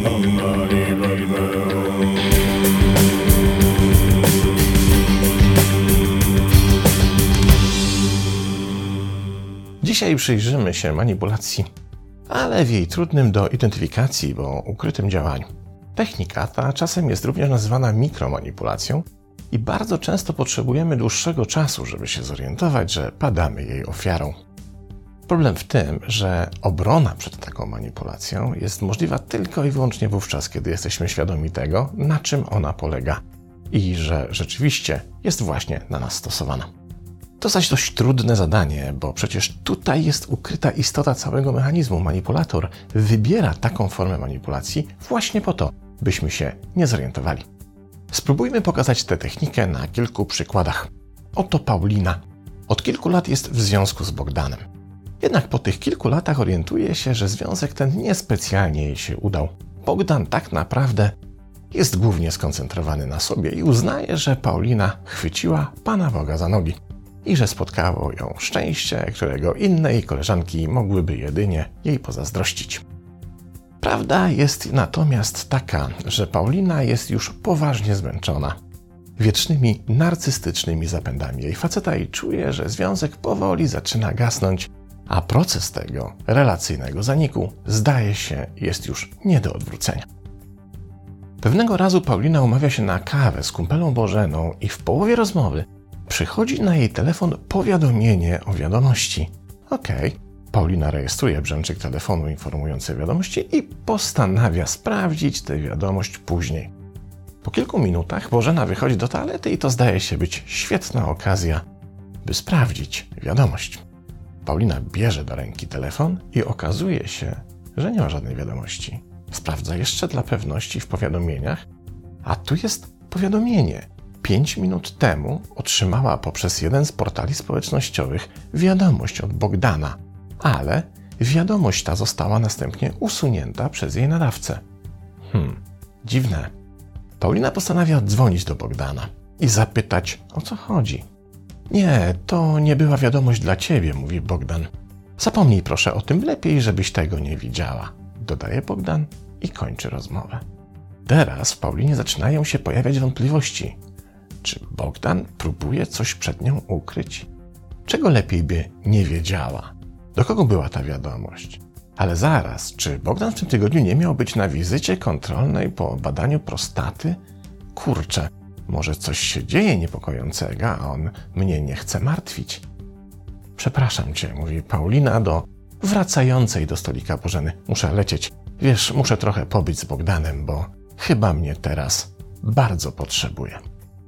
Dzisiaj przyjrzymy się manipulacji, ale w jej trudnym do identyfikacji, bo ukrytym działaniu. Technika ta czasem jest również nazywana mikromanipulacją i bardzo często potrzebujemy dłuższego czasu, żeby się zorientować, że padamy jej ofiarą. Problem w tym, że obrona przed taką manipulacją jest możliwa tylko i wyłącznie wówczas, kiedy jesteśmy świadomi tego, na czym ona polega i że rzeczywiście jest właśnie na nas stosowana. To zaś dość trudne zadanie, bo przecież tutaj jest ukryta istota całego mechanizmu. Manipulator wybiera taką formę manipulacji właśnie po to, byśmy się nie zorientowali. Spróbujmy pokazać tę technikę na kilku przykładach. Oto Paulina. Od kilku lat jest w związku z Bogdanem. Jednak po tych kilku latach orientuje się, że związek ten niespecjalnie jej się udał. Bogdan tak naprawdę jest głównie skoncentrowany na sobie i uznaje, że Paulina chwyciła Pana Boga za nogi i że spotkało ją szczęście, którego inne jej koleżanki mogłyby jedynie jej pozazdrościć. Prawda jest natomiast taka, że Paulina jest już poważnie zmęczona wiecznymi narcystycznymi zapędami jej faceta i czuje, że związek powoli zaczyna gasnąć, a proces tego relacyjnego zaniku, zdaje się, jest już nie do odwrócenia. Pewnego razu Paulina umawia się na kawę z kumpelą Bożeną i w połowie rozmowy przychodzi na jej telefon powiadomienie o wiadomości. Paulina rejestruje brzęczyk telefonu informujący o wiadomości i postanawia sprawdzić tę wiadomość później. Po kilku minutach Bożena wychodzi do toalety i to zdaje się być świetna okazja, by sprawdzić wiadomość. Paulina bierze do ręki telefon i okazuje się, że nie ma żadnej wiadomości. Sprawdza jeszcze dla pewności w powiadomieniach, a tu jest powiadomienie. 5 minut temu otrzymała poprzez jeden z portali społecznościowych wiadomość od Bogdana, ale wiadomość ta została następnie usunięta przez jej nadawcę. Dziwne. Paulina postanawia oddzwonić do Bogdana i zapytać, o co chodzi. Nie, to nie była wiadomość dla ciebie, mówi Bogdan. Zapomnij proszę o tym, lepiej, żebyś tego nie widziała, dodaje Bogdan i kończy rozmowę. Teraz w Paulinie zaczynają się pojawiać wątpliwości. Czy Bogdan próbuje coś przed nią ukryć? Czego lepiej by nie wiedziała? Do kogo była ta wiadomość? Ale zaraz, czy Bogdan w tym tygodniu nie miał być na wizycie kontrolnej po badaniu prostaty? Kurczę, może coś się dzieje niepokojącego, a on mnie nie chce martwić. Przepraszam cię, mówi Paulina do wracającej do stolika Bożeny. Muszę lecieć. Wiesz, muszę trochę pobyć z Bogdanem, bo chyba mnie teraz bardzo potrzebuje.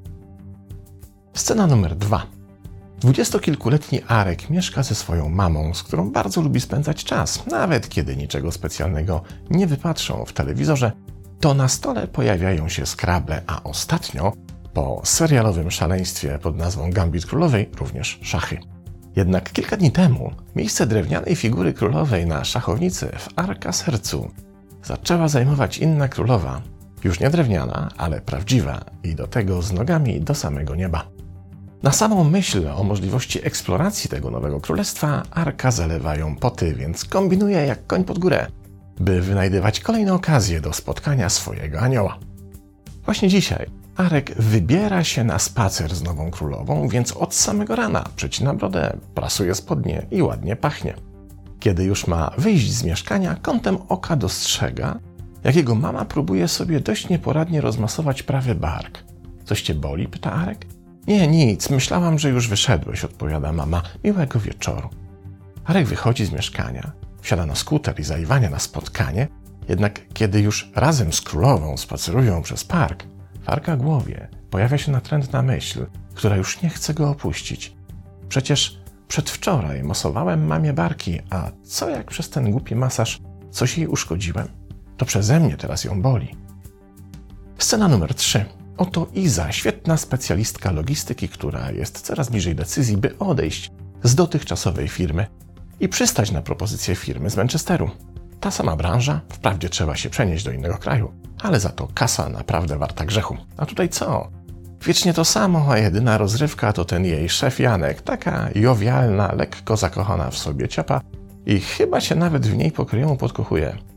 Scena numer 2. 20-kilkuletni Arek mieszka ze swoją mamą, z którą bardzo lubi spędzać czas. Nawet kiedy niczego specjalnego nie wypatrzą w telewizorze, to na stole pojawiają się Scrabble, a ostatnio, po serialowym szaleństwie pod nazwą Gambit Królowej, również szachy. Jednak kilka dni temu miejsce drewnianej figury królowej na szachownicy w Arka sercu zaczęła zajmować inna królowa. Już nie drewniana, ale prawdziwa i do tego z nogami do samego nieba. Na samą myśl o możliwości eksploracji tego nowego królestwa Arka zalewają poty, więc kombinuje jak koń pod górę, by wynajdywać kolejne okazje do spotkania swojego anioła. Właśnie dzisiaj Arek wybiera się na spacer z nową królową, więc od samego rana przecina brodę, prasuje spodnie i ładnie pachnie. Kiedy już ma wyjść z mieszkania, kątem oka dostrzega, jak jego mama próbuje sobie dość nieporadnie rozmasować prawy bark. Coś cię boli? Pyta Arek. Nie, nic, myślałam, że już wyszedłeś, odpowiada mama. Miłego wieczoru. Arek wychodzi z mieszkania, wsiada na skuter i zaiwania na spotkanie, jednak kiedy już razem z królową spacerują przez park, w Arka głowie pojawia się natrętna myśl, która już nie chce go opuścić. Przecież przedwczoraj masowałem mamie barki, a co jak przez ten głupi masaż coś jej uszkodziłem? To przeze mnie teraz ją boli. Scena numer 3. Oto Iza, świetna specjalistka logistyki, która jest coraz bliżej decyzji, by odejść z dotychczasowej firmy i przystać na propozycję firmy z Manchesteru. Ta sama branża, wprawdzie trzeba się przenieść do innego kraju, ale za to kasa naprawdę warta grzechu. A tutaj co? Wiecznie to samo, a jedyna rozrywka to ten jej szef Janek, taka jowialna, lekko zakochana w sobie ciapa i chyba się nawet w niej pokryjomu podkochuje.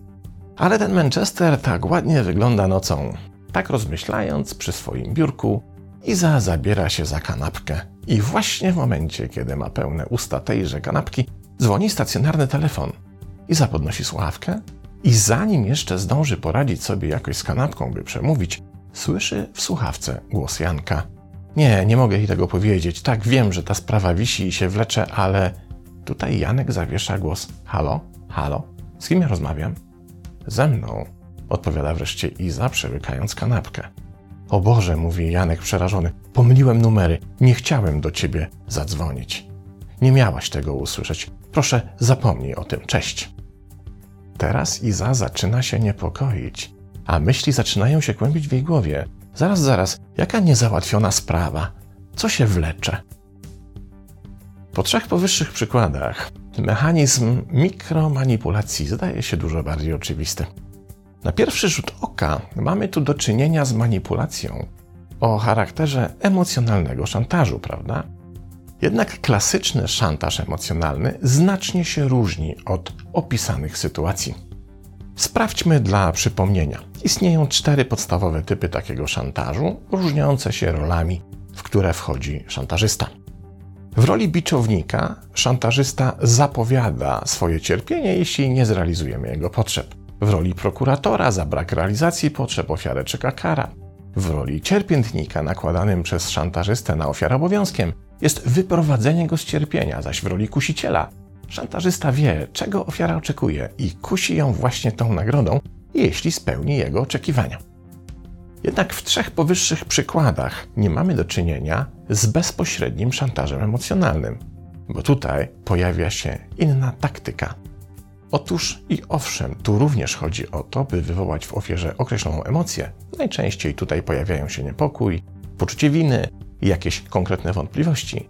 Ale ten Manchester tak ładnie wygląda nocą. Tak rozmyślając przy swoim biurku, Iza zabiera się za kanapkę. I właśnie w momencie, kiedy ma pełne usta tejże kanapki, dzwoni stacjonarny telefon. Iza podnosi słuchawkę i zanim jeszcze zdąży poradzić sobie jakoś z kanapką, by przemówić, słyszy w słuchawce głos Janka. Nie mogę jej tego powiedzieć. Tak, wiem, że ta sprawa wisi i się wlecze, ale... Tutaj Janek zawiesza głos. Halo? Halo? Z kim ja rozmawiam? Ze mną, odpowiada wreszcie Iza, przełykając kanapkę. O Boże, mówi Janek przerażony. Pomyliłem numery. Nie chciałem do ciebie zadzwonić. Nie miałaś tego usłyszeć. Proszę, zapomnij o tym. Cześć. Teraz Iza zaczyna się niepokoić, a myśli zaczynają się kłębić w jej głowie. Zaraz, jaka niezałatwiona sprawa? Co się wlecze? Po 3 powyższych przykładach mechanizm mikromanipulacji zdaje się dużo bardziej oczywisty. Na pierwszy rzut oka mamy tu do czynienia z manipulacją o charakterze emocjonalnego szantażu, prawda? Jednak klasyczny szantaż emocjonalny znacznie się różni od opisanych sytuacji. Sprawdźmy dla przypomnienia. Istnieją 4 podstawowe typy takiego szantażu, różniące się rolami, w które wchodzi szantażysta. W roli biczownika szantażysta zapowiada swoje cierpienie, jeśli nie zrealizujemy jego potrzeb. W roli prokuratora za brak realizacji potrzeb ofiarę czeka kara. W roli cierpiętnika nakładanym przez szantażystę na ofiarę obowiązkiem jest wyprowadzenie go z cierpienia, zaś w roli kusiciela szantażysta wie, czego ofiara oczekuje i kusi ją właśnie tą nagrodą, jeśli spełni jego oczekiwania. Jednak w 3 powyższych przykładach nie mamy do czynienia z bezpośrednim szantażem emocjonalnym, bo tutaj pojawia się inna taktyka. Otóż i owszem, tu również chodzi o to, by wywołać w ofierze określoną emocję. Najczęściej tutaj pojawiają się niepokój, poczucie winy i jakieś konkretne wątpliwości.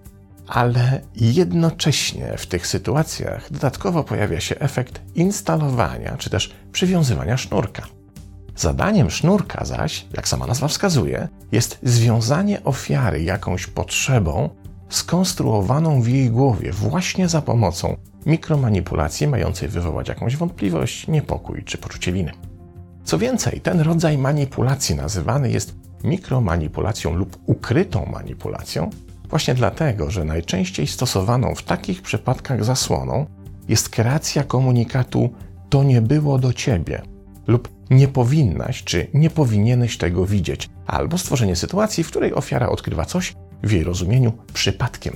Ale jednocześnie w tych sytuacjach dodatkowo pojawia się efekt instalowania czy też przywiązywania sznurka. Zadaniem sznurka zaś, jak sama nazwa wskazuje, jest związanie ofiary jakąś potrzebą skonstruowaną w jej głowie właśnie za pomocą mikromanipulacji mającej wywołać jakąś wątpliwość, niepokój czy poczucie winy. Co więcej, ten rodzaj manipulacji nazywany jest mikromanipulacją lub ukrytą manipulacją właśnie dlatego, że najczęściej stosowaną w takich przypadkach zasłoną jest kreacja komunikatu „to nie było do ciebie” lub „nie powinnaś” czy „nie powinieneś tego widzieć”, albo stworzenie sytuacji, w której ofiara odkrywa coś w jej rozumieniu przypadkiem.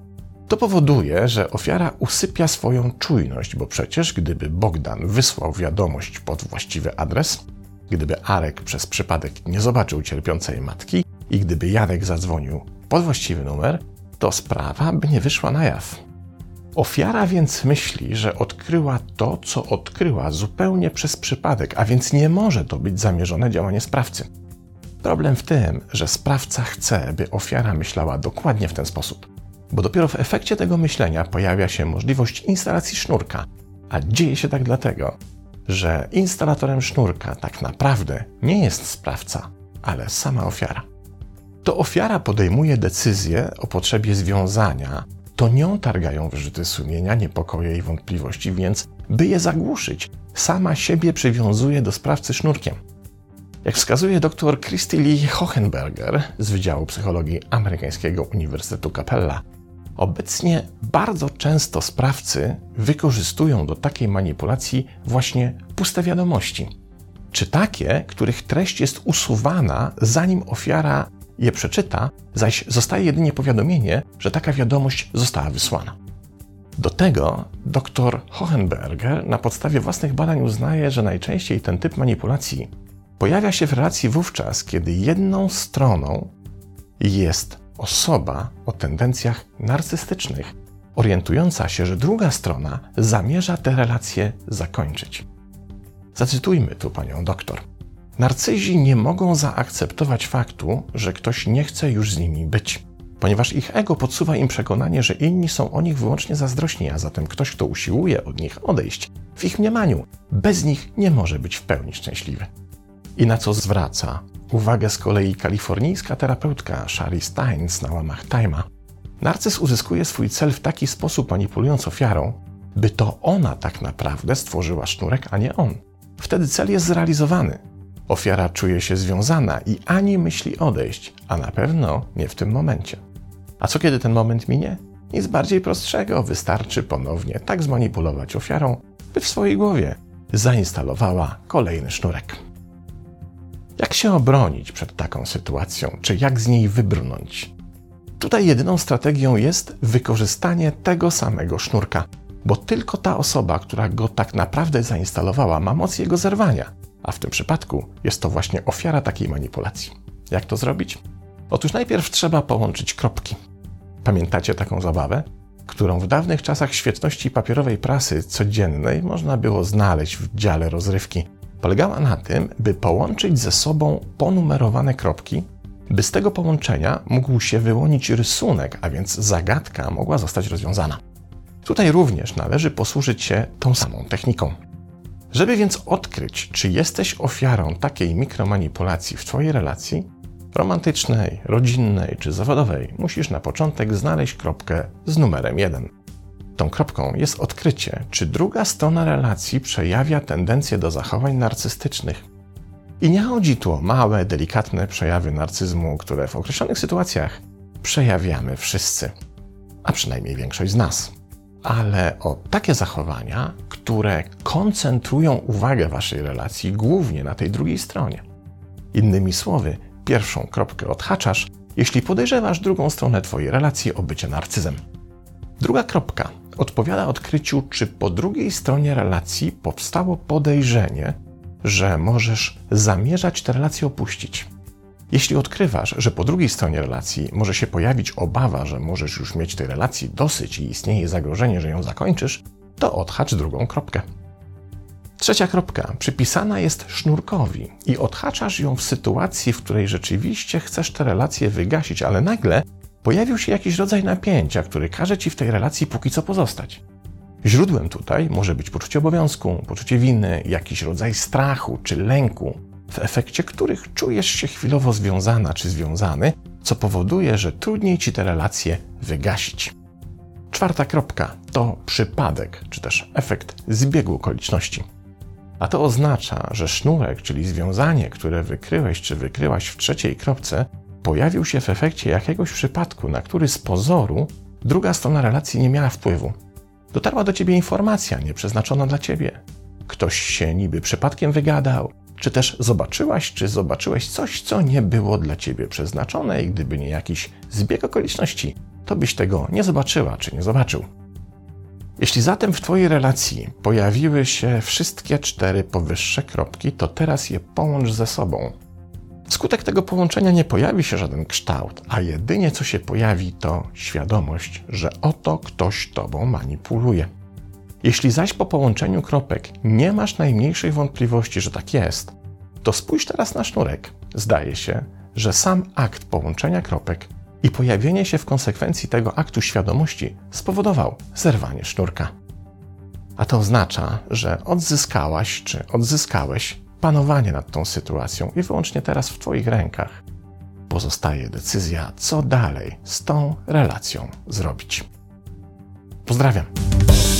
To powoduje, że ofiara usypia swoją czujność, bo przecież gdyby Bogdan wysłał wiadomość pod właściwy adres, gdyby Arek przez przypadek nie zobaczył cierpiącej matki i gdyby Janek zadzwonił pod właściwy numer, to sprawa by nie wyszła na jaw. Ofiara więc myśli, że odkryła to, co odkryła zupełnie przez przypadek, a więc nie może to być zamierzone działanie sprawcy. Problem w tym, że sprawca chce, by ofiara myślała dokładnie w ten sposób, bo dopiero w efekcie tego myślenia pojawia się możliwość instalacji sznurka, a dzieje się tak dlatego, że instalatorem sznurka tak naprawdę nie jest sprawca, ale sama ofiara. To ofiara podejmuje decyzję o potrzebie związania, to nią targają wyrzuty sumienia, niepokoje i wątpliwości, więc by je zagłuszyć, sama siebie przywiązuje do sprawcy sznurkiem. Jak wskazuje dr Christy Lee Hohenberger z Wydziału Psychologii Amerykańskiego Uniwersytetu Capella, obecnie bardzo często sprawcy wykorzystują do takiej manipulacji właśnie puste wiadomości, czy takie, których treść jest usuwana, zanim ofiara je przeczyta, zaś zostaje jedynie powiadomienie, że taka wiadomość została wysłana. Do tego dr Hohenberger na podstawie własnych badań uznaje, że najczęściej ten typ manipulacji pojawia się w relacji wówczas, kiedy jedną stroną jest osoba o tendencjach narcystycznych, orientująca się, że druga strona zamierza tę relację zakończyć. Zacytujmy tu panią doktor. Narcyzi nie mogą zaakceptować faktu, że ktoś nie chce już z nimi być, ponieważ ich ego podsuwa im przekonanie, że inni są o nich wyłącznie zazdrośni, a zatem ktoś, kto usiłuje od nich odejść, w ich mniemaniu bez nich nie może być w pełni szczęśliwy. I na co zwraca uwagę z kolei kalifornijska terapeutka Shari Steins na łamach Time'a. Narcyz uzyskuje swój cel w taki sposób, manipulując ofiarą, by to ona tak naprawdę stworzyła sznurek, a nie on. Wtedy cel jest zrealizowany. Ofiara czuje się związana i ani myśli odejść, a na pewno nie w tym momencie. A co kiedy ten moment minie? Nic bardziej prostszego, wystarczy ponownie tak zmanipulować ofiarą, by w swojej głowie zainstalowała kolejny sznurek. Jak się obronić przed taką sytuacją, czy jak z niej wybrnąć? Tutaj jedyną strategią jest wykorzystanie tego samego sznurka, bo tylko ta osoba, która go tak naprawdę zainstalowała, ma moc jego zerwania, a w tym przypadku jest to właśnie ofiara takiej manipulacji. Jak to zrobić? Otóż najpierw trzeba połączyć kropki. Pamiętacie taką zabawę, którą w dawnych czasach świetności papierowej prasy codziennej można było znaleźć w dziale rozrywki? Polegała na tym, by połączyć ze sobą ponumerowane kropki, by z tego połączenia mógł się wyłonić rysunek, a więc zagadka mogła zostać rozwiązana. Tutaj również należy posłużyć się tą samą techniką. Żeby więc odkryć, czy jesteś ofiarą takiej mikromanipulacji w Twojej relacji, romantycznej, rodzinnej czy zawodowej, musisz na początek znaleźć kropkę z numerem 1. Tą kropką jest odkrycie, czy druga strona relacji przejawia tendencję do zachowań narcystycznych. I nie chodzi tu o małe, delikatne przejawy narcyzmu, które w określonych sytuacjach przejawiamy wszyscy, a przynajmniej większość z nas. Ale o takie zachowania, które koncentrują uwagę Waszej relacji głównie na tej drugiej stronie. Innymi słowy, pierwszą kropkę odhaczasz, jeśli podejrzewasz drugą stronę Twojej relacji o bycie narcyzem. Druga kropka odpowiada odkryciu, czy po drugiej stronie relacji powstało podejrzenie, że możesz zamierzać tę relację opuścić. Jeśli odkrywasz, że po drugiej stronie relacji może się pojawić obawa, że możesz już mieć tej relacji dosyć i istnieje zagrożenie, że ją zakończysz, to odhacz drugą kropkę. Trzecia kropka przypisana jest sznurkowi i odhaczasz ją w sytuacji, w której rzeczywiście chcesz tę relację wygasić, ale nagle pojawił się jakiś rodzaj napięcia, który każe Ci w tej relacji póki co pozostać. Źródłem tutaj może być poczucie obowiązku, poczucie winy, jakiś rodzaj strachu czy lęku, w efekcie których czujesz się chwilowo związana czy związany, co powoduje, że trudniej Ci tę relację wygasić. Czwarta kropka to przypadek, czy też efekt zbiegu okoliczności. A to oznacza, że sznurek, czyli związanie, które wykryłeś czy wykryłaś w trzeciej kropce, pojawił się w efekcie jakiegoś przypadku, na który z pozoru druga strona relacji nie miała wpływu. Dotarła do Ciebie informacja nieprzeznaczona dla Ciebie. Ktoś się niby przypadkiem wygadał, czy też zobaczyłaś, czy zobaczyłeś coś, co nie było dla Ciebie przeznaczone i gdyby nie jakiś zbieg okoliczności, to byś tego nie zobaczyła, czy nie zobaczył. Jeśli zatem w Twojej relacji pojawiły się wszystkie 4 powyższe kropki, to teraz je połącz ze sobą. Wskutek tego połączenia nie pojawi się żaden kształt, a jedynie co się pojawi to świadomość, że oto ktoś Tobą manipuluje. Jeśli zaś po połączeniu kropek nie masz najmniejszej wątpliwości, że tak jest, to spójrz teraz na sznurek. Zdaje się, że sam akt połączenia kropek i pojawienie się w konsekwencji tego aktu świadomości spowodował zerwanie sznurka. A to oznacza, że odzyskałaś czy odzyskałeś panowanie nad tą sytuacją i wyłącznie teraz w Twoich rękach pozostaje decyzja, co dalej z tą relacją zrobić. Pozdrawiam.